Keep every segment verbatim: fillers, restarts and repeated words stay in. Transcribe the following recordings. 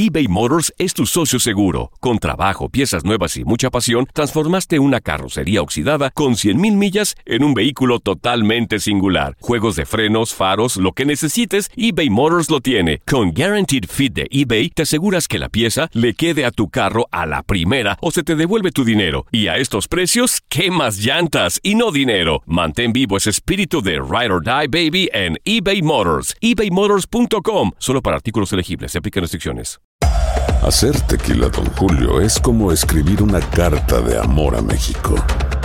eBay Motors es tu socio seguro. Con trabajo, piezas nuevas y mucha pasión, transformaste una carrocería oxidada con cien mil millas en un vehículo totalmente singular. Juegos de frenos, faros, lo que necesites, eBay Motors lo tiene. Con Guaranteed Fit de eBay, te aseguras que la pieza le quede a tu carro a la primera o se te devuelve tu dinero. Y a estos precios, ¿qué más llantas y no dinero? Mantén vivo ese espíritu de Ride or Die, baby, en eBay Motors. ebay motors punto com. Solo para artículos elegibles. Se aplican restricciones. Hacer tequila Don Julio es como escribir una carta de amor a México.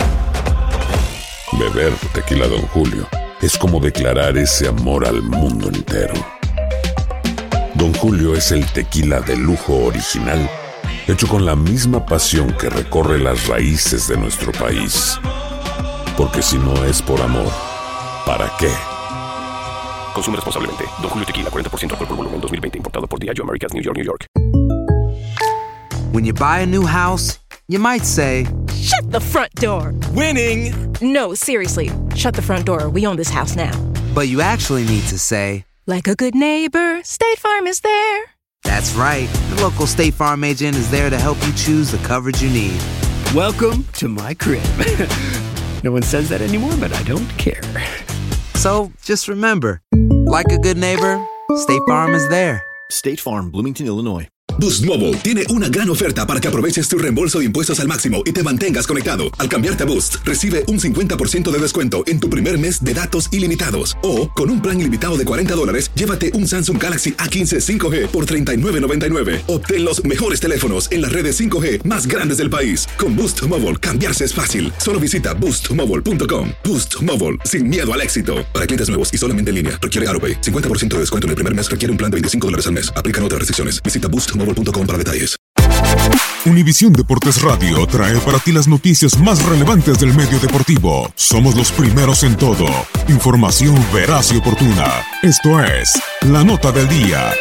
Beber tequila Don Julio es como declarar ese amor al mundo entero. Don Julio es el tequila de lujo original, hecho con la misma pasión que recorre las raíces de nuestro país. Porque si no es por amor, ¿para qué? Consume responsablemente. Don Julio Tequila, cuarenta por ciento alcohol por volumen, dos mil veinte. Importado por Diageo Americas, New York, New York. When you buy a new house, you might say, "Shut the front door." Winning! No, seriously. Shut the front door. We own this house now. But you actually need to say, like a good neighbor, State Farm is there. That's right. The local State Farm agent is there to help you choose the coverage you need. Welcome to my crib. No one says that anymore, but I don't care. So, just remember, like a good neighbor, State Farm is there. State Farm, Bloomington, Illinois. Boost Mobile tiene una gran oferta para que aproveches tu reembolso de impuestos al máximo y te mantengas conectado. Al cambiarte a Boost, recibe un cincuenta por ciento de descuento en tu primer mes de datos ilimitados. O, con un plan ilimitado de cuarenta dólares, llévate un Samsung Galaxy A quince cinco G por treinta y nueve noventa y nueve. Obtén los mejores teléfonos en las redes cinco G más grandes del país. Con Boost Mobile, cambiarse es fácil. Solo visita boost mobile punto com. Boost Mobile, sin miedo al éxito. Para clientes nuevos y solamente en línea, requiere AutoPay. cincuenta por ciento de descuento en el primer mes, requiere un plan de veinticinco dólares al mes. Aplican otras restricciones. Visita boost mobile punto com para detalles. Univisión Deportes Radio trae para ti las noticias más relevantes del medio deportivo. Somos los primeros en todo. Información veraz y oportuna. Esto es La Nota del Día.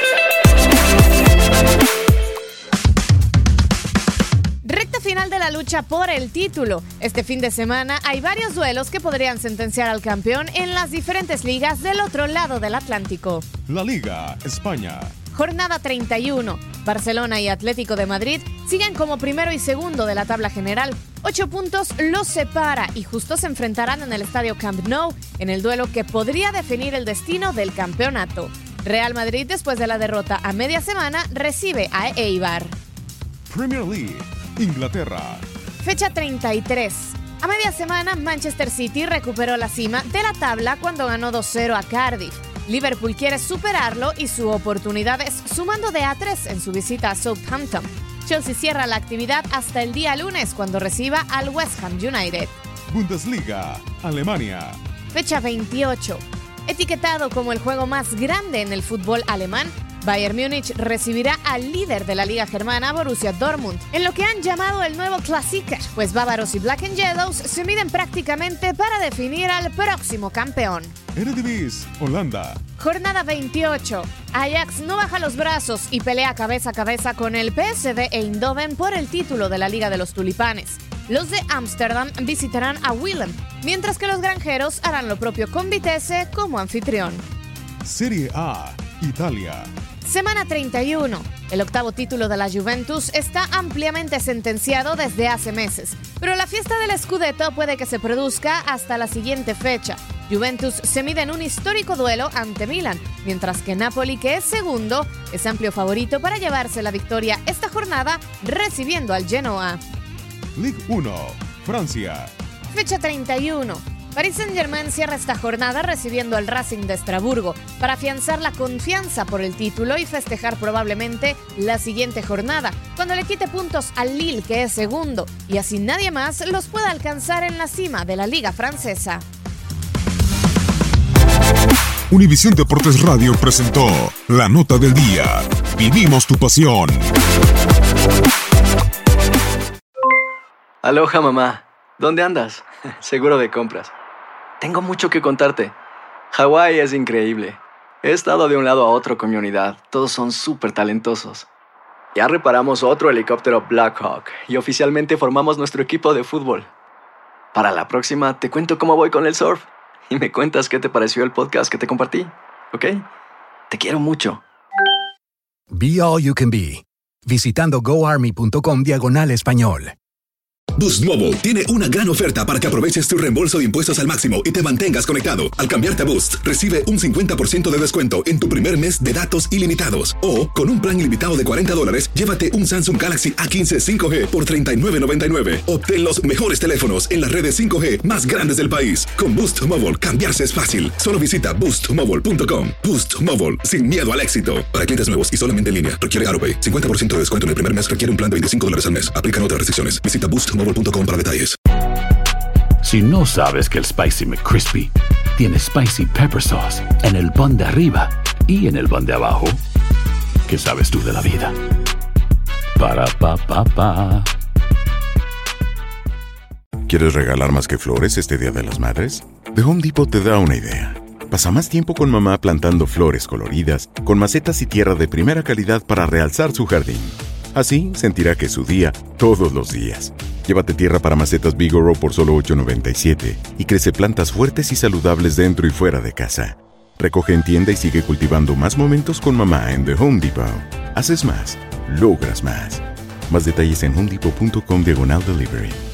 Recta final de la lucha por el título. Este fin de semana hay varios duelos que podrían sentenciar al campeón en las diferentes ligas del otro lado del Atlántico. La Liga España. Jornada treinta y uno. Barcelona y Atlético de Madrid siguen como primero y segundo de la tabla general. Ocho puntos los separa y justo se enfrentarán en el estadio Camp Nou en el duelo que podría definir el destino del campeonato. Real Madrid, después de la derrota a media semana, recibe a Eibar. Premier League, Inglaterra. Fecha treinta y tres. A media semana, Manchester City recuperó la cima de la tabla cuando ganó dos cero a Cardiff. Liverpool quiere superarlo y su oportunidad es sumando de a tres en su visita a Southampton. Chelsea cierra la actividad hasta el día lunes cuando reciba al West Ham United. Bundesliga, Alemania. Fecha veintiocho. Etiquetado como el juego más grande en el fútbol alemán, Bayern Múnich recibirá al líder de la Liga Germana, Borussia Dortmund, en lo que han llamado el nuevo Klassiker, pues bávaros y Black and Yellows se miden prácticamente para definir al próximo campeón. Eredivisie, Holanda. Jornada veintiocho. Ajax no baja los brazos y pelea cabeza a cabeza con el P S V Eindhoven por el título de la Liga de los Tulipanes. Los de Ámsterdam visitarán a Willem, mientras que los granjeros harán lo propio con Vitesse como anfitrión. Serie A, Italia. Semana treinta y uno. El octavo título de la Juventus está ampliamente sentenciado desde hace meses, pero la fiesta del Scudetto puede que se produzca hasta la siguiente fecha. Juventus se mide en un histórico duelo ante Milan, mientras que Napoli, que es segundo, es amplio favorito para llevarse la victoria esta jornada recibiendo al Genoa. Ligue uno, Francia. Fecha treinta y uno. Paris Saint-Germain cierra esta jornada recibiendo al Racing de Estrasburgo para afianzar la confianza por el título y festejar probablemente la siguiente jornada, cuando le quite puntos al Lille, que es segundo, y así nadie más los pueda alcanzar en la cima de la Liga Francesa. Univisión Deportes Radio presentó La Nota del Día. Vivimos tu pasión. Aloha, mamá. ¿Dónde andas? Seguro de compras. Tengo mucho que contarte. Hawái es increíble. He estado de un lado a otro con mi unidad. Todos son súper talentosos. Ya reparamos otro helicóptero Blackhawk y oficialmente formamos nuestro equipo de fútbol. Para la próxima te cuento cómo voy con el surf y me cuentas qué te pareció el podcast que te compartí, ¿ok? Te quiero mucho. Be All You Can Be, visitando goarmy.com diagonal español. Boost Mobile tiene una gran oferta para que aproveches tu reembolso de impuestos al máximo y te mantengas conectado. Al cambiarte a Boost, recibe un cincuenta por ciento de descuento en tu primer mes de datos ilimitados. O, con un plan ilimitado de cuarenta dólares, llévate un Samsung Galaxy A quince cinco G por treinta y nueve noventa y nueve. Obtén los mejores teléfonos en las redes cinco G más grandes del país. Con Boost Mobile, cambiarse es fácil. Solo visita boost mobile punto com. Boost Mobile, sin miedo al éxito. Para clientes nuevos y solamente en línea, requiere AutoPay. cincuenta por ciento de descuento en el primer mes, requiere un plan de veinticinco dólares al mes. Aplican otras restricciones. Visita boost mobile punto com para detalles. Si no sabes que el Spicy McCrispy tiene Spicy Pepper Sauce en el pan de arriba y en el pan de abajo, ¿qué sabes tú de la vida? Para, pa, pa, pa. ¿Quieres regalar más que flores este Día de las Madres? The Home Depot te da una idea. Pasa más tiempo con mamá plantando flores coloridas, con macetas y tierra de primera calidad para realzar su jardín. Así sentirá que es su día todos los días. Llévate tierra para macetas Vigoro por solo ocho noventa y siete y crece plantas fuertes y saludables dentro y fuera de casa. Recoge en tienda y sigue cultivando más momentos con mamá en The Home Depot. Haces más, logras más. Más detalles en homedepot punto com diagonal delivery.